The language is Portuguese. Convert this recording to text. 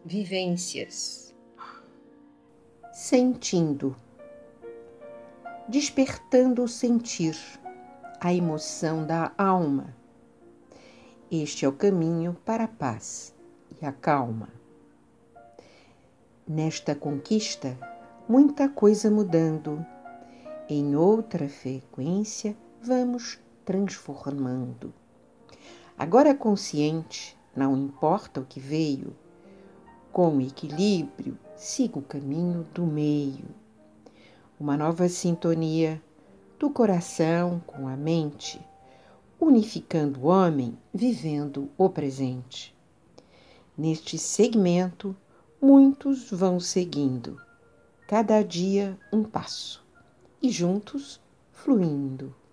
vivências. Sentindo, despertando o sentir, a emoção da alma. Este é o caminho para a paz e a calma. Nesta conquista, muita coisa mudando, em outra frequência vamos transformando. Agora consciente, não importa o que veio, com equilíbrio, siga o caminho do meio. Uma nova sintonia do coração com a mente, unificando o homem, vivendo o presente. Neste segmento, muitos vão seguindo, cada dia um passo, e juntos fluindo.